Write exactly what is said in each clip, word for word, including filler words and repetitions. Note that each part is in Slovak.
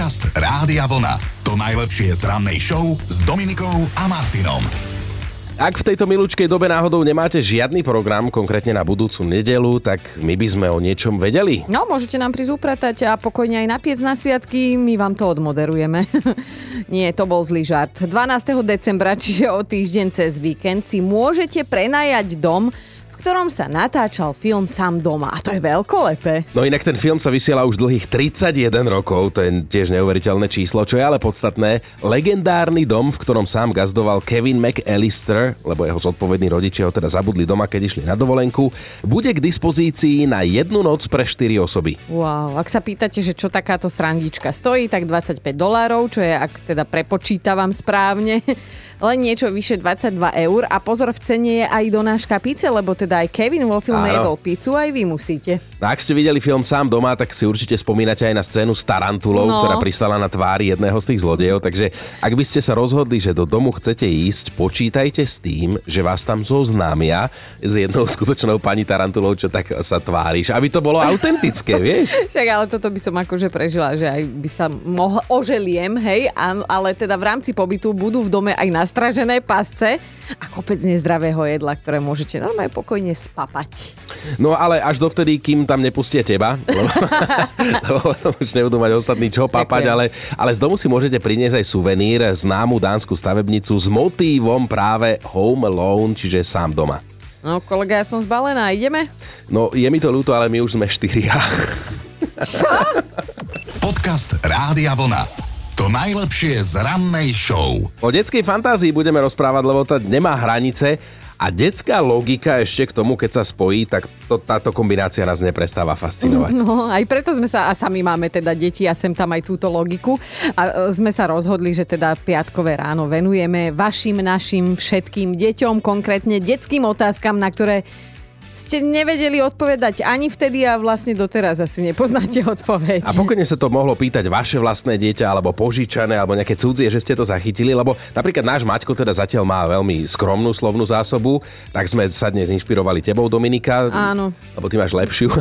Podcast Rádia Vlna. To najlepšie z rannej show s Dominikou a Martinom. Ak v tejto milúčkej dobe náhodou nemáte žiadny program, konkrétne na budúcu nedeľu, tak my by sme o niečom vedeli. No, môžete nám prísť upratať a pokojne aj napiec na sviatky, my vám to odmoderujeme. Nie, to bol zlý žart. dvanásteho decembra, čiže o týždeň cez víkend, si môžete prenajať dom, v ktorom sa natáčal film Sám doma. A to je veľkolepé. No inak ten film sa vysiela už dlhých tridsaťjeden rokov, to je tiež neuveriteľné číslo, čo je ale podstatné. Legendárny dom, v ktorom sám gazdoval Kevin McAllister, lebo jeho zodpovední rodičia ho teda zabudli doma, keď išli na dovolenku, bude k dispozícii na jednu noc pre štyri osoby. Wow, ak sa pýtate, že čo takáto srandička stojí, tak dvadsaťpäť dolárov, čo je, ak teda prepočítavam správne, len niečo vyše dvadsaťdva eur. A pozor, v cene je aj donáška píce, lebo teda aj Kevin vo filme jedol pizzu, aj vy musíte. No, ak ste videli film Sám doma, tak si určite spomínate aj na scénu s tarantulou, no. ktorá pristala na tvári jedného z tých zlodejov. Takže ak by ste sa rozhodli, že do domu chcete ísť, počítajte s tým, že vás tam zoznámia s jednou skutočnou pani tarantulou, čo tak sa tváriš, aby to bolo autentické, vieš? Však ale toto by som akože prežila, že aj by sa mohla oželiem, hej, ale teda v rámci pobytu budú v dome aj nastražené pasce a kopec nezdravého jedla, ktoré môžete normálne pokojne spapať. No ale až dovtedy, kým tam nepustia teba, lebo, lebo už nebudú mať ostatní čo papať, ale, ale z domu si môžete priniesť aj suvenír, známu dánsku stavebnicu s motívom práve Home Alone, čiže Sám doma. No kolega, ja som zbalená, ideme? No je mi to ľúto, ale my už sme štyria. Čo? Podcast Rádia Vlna. To najlepšie z rannej show. O detskej fantázii budeme rozprávať, lebo tá nemá hranice a detská logika ešte k tomu, keď sa spojí, tak to, táto kombinácia nás neprestáva fascinovať. No, aj preto sme sa, a sami máme teda deti a sem tam aj túto logiku a sme sa rozhodli, že teda piatkové ráno venujeme vašim, našim, všetkým deťom, konkrétne detským otázkam, na ktoré ste nevedeli odpovedať ani vtedy a vlastne doteraz asi nepoznáte odpoveď. A pokojne sa to mohlo pýtať vaše vlastné dieťa, alebo požičané, alebo nejaké cudzie, že ste to zachytili, lebo napríklad náš Maťko teda zatiaľ má veľmi skromnú slovnú zásobu, tak sme sa dnes inšpirovali tebou, Dominika. Áno. Lebo ty máš lepšiu.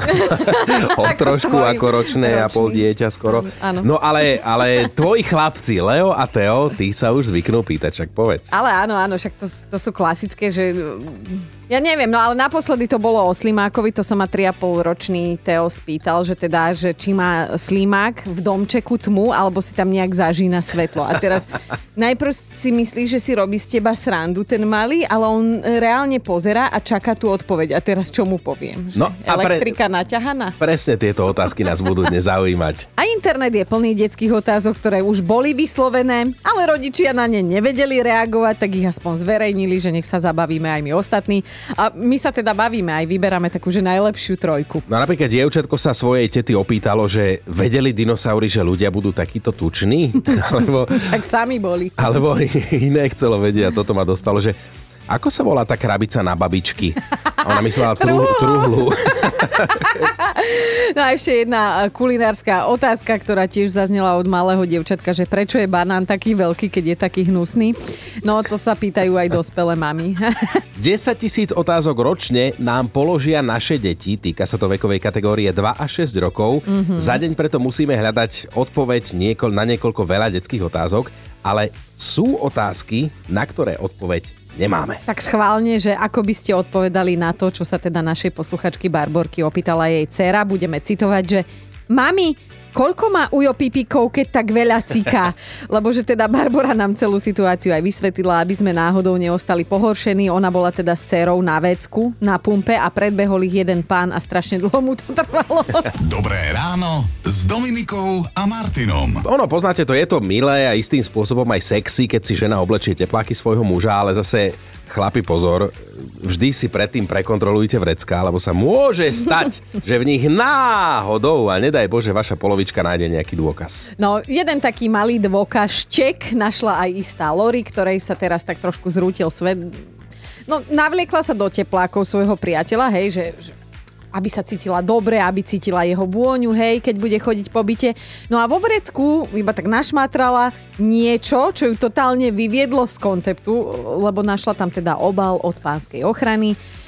O trošku ako ročné a pol dieťa skoro. Áno. No ale, ale tvoji chlapci, Leo a Teo, tí sa už zvyknú pýtať, však povedz. Ale áno, áno, však to, to sú klasické, že... Ja neviem, no ale naposledy to bolo o Slimákovi, to sa ma tri a pol ročný Teo spýtal, že teda, že či má Slimák v domčeku tmu, alebo si tam nejak zažína svetlo. A teraz najprv si myslí, že si robí z teba srandu ten malý, ale on reálne pozerá a čaká tú odpoveď. A teraz čo mu poviem? Že no, a pre... elektrika naťahaná? Presne tieto otázky nás budú dnes zaujímať. A internet je plný detských otázok, ktoré už boli vyslovené, ale rodičia na ne nevedeli reagovať, tak ich aspoň zverejnili, že nech sa zabavíme aj my ostatní. A my sa teda bavíme, aj vyberáme takú, že najlepšiu trojku. No napríklad dievčatko sa svojej tety opýtalo, že vedeli dinosaury, že ľudia budú takíto tuční? Alebo, však sami boli. Alebo iné chcelo vedieť a toto ma dostalo, že ako sa volá tá krabica na babičky? A ona myslela tru, truhlu. No a ešte jedna kulinárska otázka, ktorá tiež zaznela od malého dievčatka, že prečo je banán taký veľký, keď je taký hnusný. No to sa pýtajú aj dospelé mami. desaťtisíc otázok ročne nám položia naše deti, týka sa to vekovej kategórie dva až šesť rokov. Mm-hmm. Za deň preto musíme hľadať odpoveď niekoľ, na niekoľko veľa detských otázok, ale sú otázky, na ktoré odpoveď nemáme. Tak schválne, že ako by ste odpovedali na to, čo sa teda našej posluchačky Barborky opýtala jej dcéra. Budeme citovať, že mami, koľko má Ujo pipíkov, keď tak veľa ciká? Lebo že teda Barbora nám celú situáciu aj vysvetlila, aby sme náhodou neostali pohoršení. Ona bola teda s dcérou na vecku, na pumpe a predbehol ich jeden pán a strašne dlho mu to trvalo. Dobré ráno s Dominikou a Martinom. Ono, poznáte to, je to milé a istým spôsobom aj sexy, keď si žena oblečie tepláky svojho muža, ale zase chlapi, pozor, vždy si predtým prekontrolujte vrecká, lebo sa môže stať, že v nich náhodou, a nedaj Bože, vaša polovička nájde nejaký dôkaz. No, jeden taký malý dôkazček našla aj istá Lori, ktorej sa teraz tak trošku zrútil svet. No, navliekla sa do teplákov svojho priateľa, hej, že... že aby sa cítila dobre, aby cítila jeho vôňu, hej, keď bude chodiť po byte. No a vo vrecku iba tak našmátrala niečo, čo ju totálne vyviedlo z konceptu, lebo našla tam teda obal od pánskej ochrany.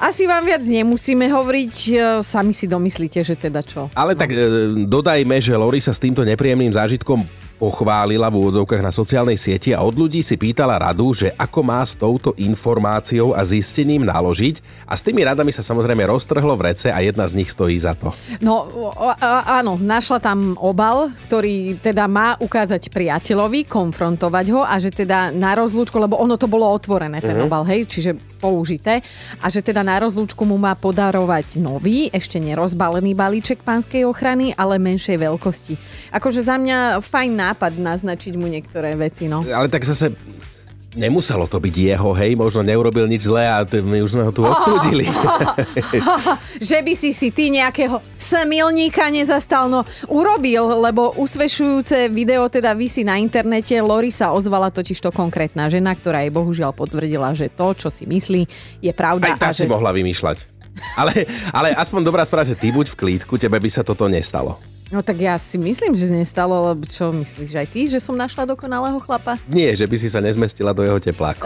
Asi vám viac nemusíme hovoriť, sami si domyslíte, že teda čo. Ale tak e, dodajme, že Lori sa s týmto nepríjemným zážitkom pochválila v úvodzovkách na sociálnej sieti a od ľudí si pýtala radu, že ako má s touto informáciou a zistením naložiť. A s tými radami sa samozrejme roztrhlo v rece a jedna z nich stojí za to. No á, áno, našla tam obal, ktorý teda má ukázať priateľovi, konfrontovať ho a že teda na rozlúčku, lebo ono to bolo otvorené, ten uh-huh. obal, hej, čiže použité. A že teda na rozlúčku mu má podarovať nový, ešte nerozbalený balíček pánskej ochrany, ale menšej veľkosti. Akože za mňa fajn nápad naznačiť mu niektoré veci, no. Ale tak zase nemuselo to byť jeho, hej, možno neurobil nič zlé a t- my už sme ho tu odsúdili. Že by si si ty nejakého smilníka nezastal, no urobil, lebo usvešujúce video teda visí na internete. Lori sa ozvala totižto konkrétna žena, ktorá jej bohužiaľ potvrdila, že to, čo si myslí, je pravda. Aj tá a si že... mohla vymýšľať. Ale, ale aspoň dobrá správa, že ty buď v klídku, tebe by sa toto nestalo. No tak ja si myslím, že nestalo, lebo čo myslíš aj ty, že som našla dokonalého chlapa? Nie, že by si sa nezmestila do jeho tepláku.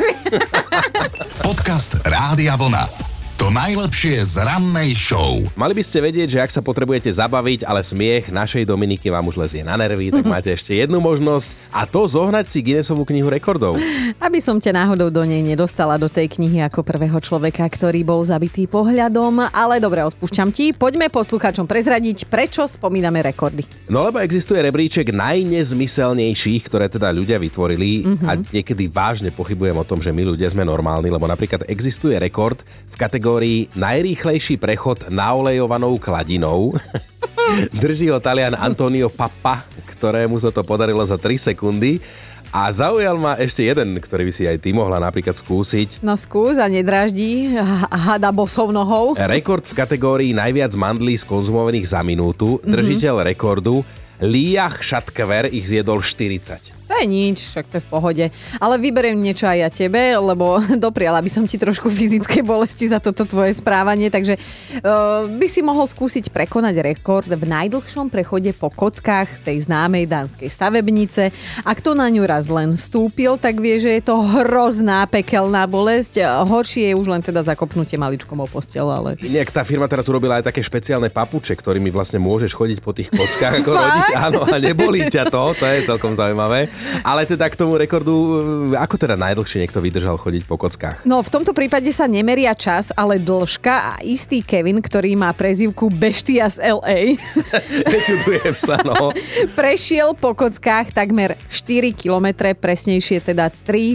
Podcast Rádia Vlna. To najlepšie z rannej show. Mali by ste vedieť, že ak sa potrebujete zabaviť, ale smiech našej Dominiky vám už lezie na nervy, tak máte ešte jednu možnosť a to zohnať si Guinnessovú knihu rekordov. Aby som ťa náhodou do nej nedostala do tej knihy ako prvého človeka, ktorý bol zabitý pohľadom, ale dobre, odpúšťam ti. Poďme poslucháčom prezradiť, prečo spomíname rekordy. No lebo existuje rebríček najnezmyselnejších, ktoré teda ľudia vytvorili mm-hmm. a niekedy vážne pochybujem o tom, že my ľudia sme normálni, lebo napríklad existuje rekord v kategórii najrýchlejší prechod naolejovanou kladinou. Drží ho Talian Antonio Pappa, ktorému sa to podarilo za tri sekundy. A zaujal ma ešte jeden, ktorý by si aj ty mohla napríklad skúsiť. No skús a nedráždi hada bosou nohou. Rekord v kategórii najviac mandlí skonzumovaných za minútu. Držiteľ mm-hmm. rekordu Liach Šatkver ich zjedol štyridsať. To je nič, však to je v pohode. Ale vyberiem niečo aj ja tebe, lebo dopriala by som ti trošku fyzické bolesti za toto tvoje správanie, takže uh, by si mohol skúsiť prekonať rekord v najdlhšom prechode po kockách tej známej dánskej stavebnice. Ak to na ňu raz len vstúpil, tak vie, že je to hrozná pekelná bolesť. Horšie je už len teda zakopnutie maličkom o posteľ, ale... Inak tá firma teraz urobila aj také špeciálne papuče, ktorými vlastne môžeš chodiť po tých kockách ako rodič. Áno, a nebolí ťa to, to je celkom zaujímavé. Ale teda k tomu rekordu, ako teda najdlhšie niekto vydržal chodiť po kockách? No v tomto prípade sa nemeria čas, ale dĺžka a istý Kevin, ktorý má prezývku Beštia z el ej. Nečudujem sa, no. Prešiel po kockách takmer štyri kilometre, presnejšie teda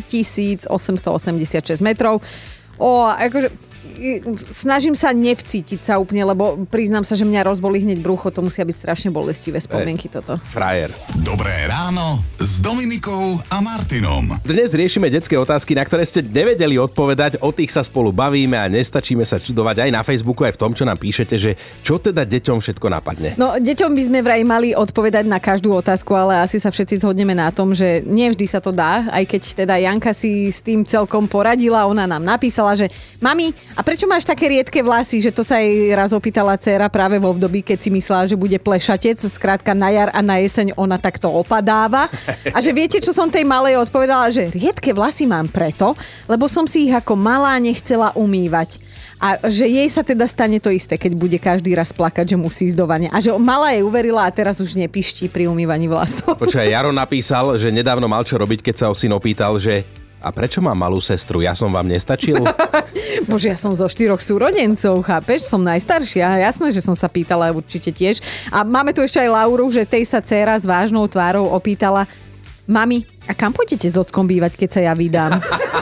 tritisícosemstoosemdesiatšesť metrov. O, akože... snažím sa nevcítiť sa úplne, lebo priznám sa, že mňa rozbolí hneď brucho, to musia byť strašne bolestivé spomienky toto. Frajer. Dobré ráno s Dominikou a Martinom. Dnes riešime detské otázky, na ktoré ste nevedeli odpovedať, o tých sa spolu bavíme a nestačíme sa čudovať aj na Facebooku, aj v tom, čo nám píšete, že čo teda deťom všetko napadne. No, deťom by sme vraj mali odpovedať na každú otázku, ale asi sa všetci zhodneme na tom, že nie vždy sa to dá, aj keď teda Janka si s tým celkom poradila, ona nám napísala, že mami, a prečo máš také riedke vlasy, že to sa jej raz opýtala dcéra práve v období, keď si myslela, že bude plešatec, skrátka na jar a na jeseň ona takto opadáva. A že viete, čo som tej malej odpovedala, že riedke vlasy mám preto, lebo som si ich ako malá nechcela umývať. A že jej sa teda stane to isté, keď bude každý raz plakať, že musí ísť do vane. A že malá jej uverila a teraz už nepiští pri umývaní vlasov. Počkaj, Jaro napísal, že nedávno mal čo robiť, keď sa o syn opýtal, že a prečo mám malú sestru? Ja som vám nestačil? Bože, ja som zo štyroch súrodencov, chápeš? Som najstaršia. Jasné, že som sa pýtala určite tiež. A máme tu ešte aj Lauru, že tej sa dcéra s vážnou tvárou opýtala: mami, a kam pôjdete s ockom bývať, keď sa ja vydám?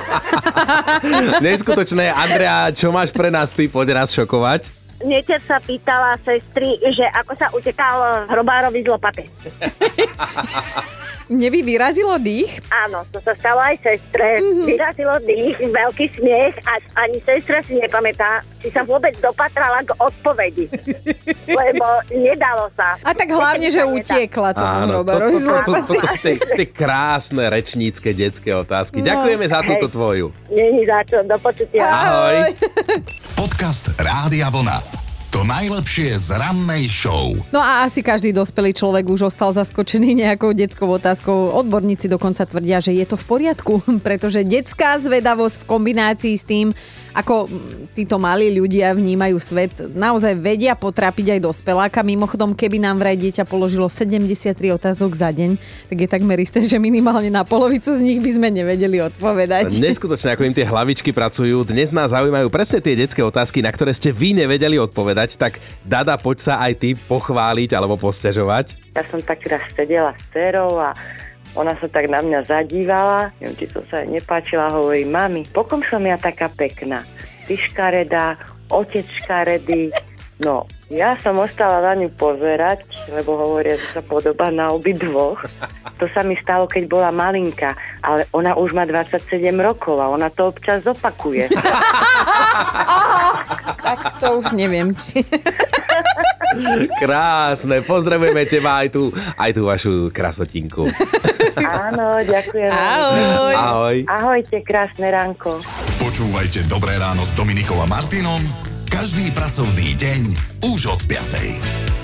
Neskutočné. Andrea, čo máš pre nás ty? Poď nás šokovať. Nečer sa pýtala sestry, že ako sa utekal hrobárovi z lopaty. Mne by vyrazilo dých? Áno, to sa stalo aj sestre. Mm-hmm. Vyrazilo dých, veľký smiech a ani sestra si nepamätá, či sa vôbec dopatrala k odpovedi. Lebo nedalo sa. A tak hlavne, že utiekla tomu hrobárovi z lopaty. Toto sú tie krásne rečnícke detské otázky. No. Ďakujeme za túto tvoju. Není za čo, do počutia. Ahoj. Podcast Rádia Vlna. To najlepšie z rannej show. No a asi každý dospelý človek už ostal zaskočený nejakou detskou otázkou. Odborníci dokonca tvrdia, že je to v poriadku, pretože detská zvedavosť v kombinácii s tým, ako títo malí ľudia vnímajú svet, naozaj vedia potrápiť aj dospeláka. Mimochodom, keby nám vraj dieťa položilo sedemdesiattri otázok za deň, tak je takmer isté, že minimálne na polovicu z nich by sme nevedeli odpovedať. Neskutočne, ako im tie hlavičky pracujú. Dnes nás zaujímajú presne tie detské otázky, na ktoré ste vy nevedeli odpovedať. Tak Dada, poď sa aj ty pochváliť alebo posťažovať. Ja som tak raz sedela s dcerou a ona sa tak na mňa zadívala, neviem, či to sa jej nepáčila, hovorí, mami, pokom som ja taká pekná? Ty škaredá, otec škaredý. No, ja som ostala na ňu pozerať, lebo hovoria, že sa podobá na obidvoch. To sa mi stalo, keď bola malinká, ale ona už má dvadsaťsedem rokov a ona to občas opakuje. Tak to už neviem, či... Krásne, pozdravujeme teba aj tú, aj tú vašu krasotinku. Áno, ďakujem. Ahoj. Ahoj. Ahojte, krásne ránko. Počúvajte Dobré ráno s Dominikou a Martinom každý pracovný deň už od piatej.